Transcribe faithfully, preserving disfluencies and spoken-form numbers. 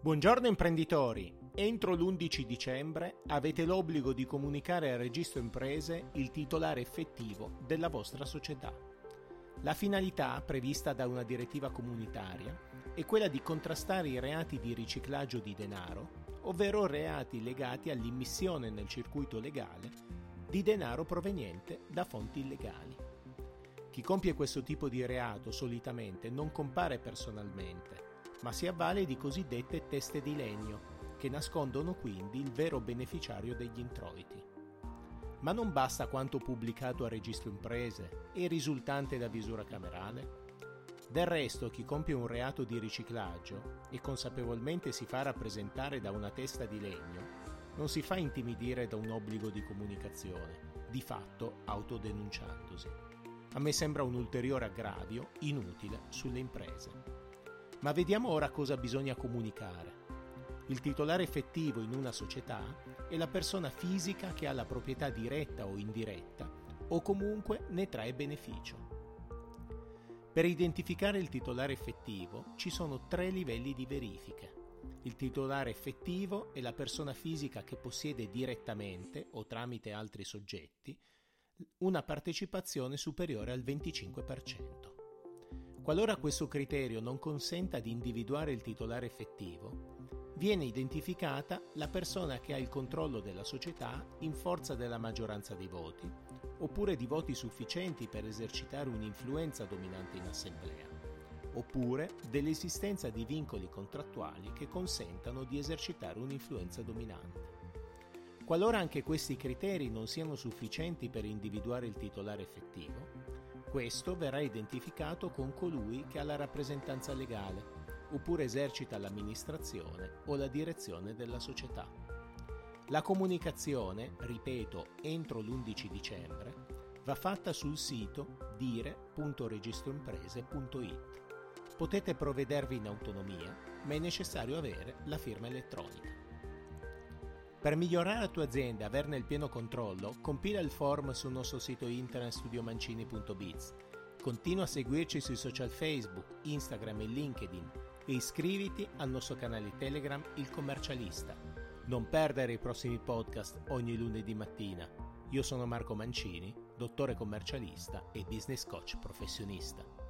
Buongiorno imprenditori! Entro l'undici dicembre avete l'obbligo di comunicare al registro imprese il titolare effettivo della vostra società. La finalità, prevista da una direttiva comunitaria, è quella di contrastare i reati di riciclaggio di denaro, ovvero reati legati all'immissione nel circuito legale di denaro proveniente da fonti illegali. Chi compie questo tipo di reato solitamente non compare personalmente, ma si avvale di cosiddette teste di legno, che nascondono quindi il vero beneficiario degli introiti. Ma non basta quanto pubblicato a registro imprese e risultante da visura camerale? Del resto, chi compie un reato di riciclaggio e consapevolmente si fa rappresentare da una testa di legno, non si fa intimidire da un obbligo di comunicazione, di fatto autodenunciandosi. A me sembra un ulteriore aggravio inutile sulle imprese. Ma vediamo ora cosa bisogna comunicare. Il titolare effettivo in una società è la persona fisica che ha la proprietà diretta o indiretta o comunque ne trae beneficio. Per identificare il titolare effettivo ci sono tre livelli di verifiche. Il titolare effettivo è la persona fisica che possiede direttamente o tramite altri soggetti una partecipazione superiore al venticinque per cento. Qualora questo criterio non consenta di individuare il titolare effettivo, viene identificata la persona che ha il controllo della società in forza della maggioranza dei voti, oppure di voti sufficienti per esercitare un'influenza dominante in assemblea, oppure dell'esistenza di vincoli contrattuali che consentano di esercitare un'influenza dominante. Qualora anche questi criteri non siano sufficienti per individuare il titolare effettivo, questo verrà identificato con colui che ha la rappresentanza legale, oppure esercita l'amministrazione o la direzione della società. La comunicazione, ripeto, entro l'undici dicembre, va fatta sul sito dire punto registroimprese punto it. Potete provvedervi in autonomia, ma è necessario avere la firma elettronica. Per migliorare la tua azienda e averne il pieno controllo, compila il form sul nostro sito internet studio mancini punto biz. Continua a seguirci sui social Facebook, Instagram e LinkedIn e iscriviti al nostro canale Telegram Il Commercialista. Non perdere i prossimi podcast ogni lunedì mattina. Io sono Marco Mancini, dottore commercialista e business coach professionista.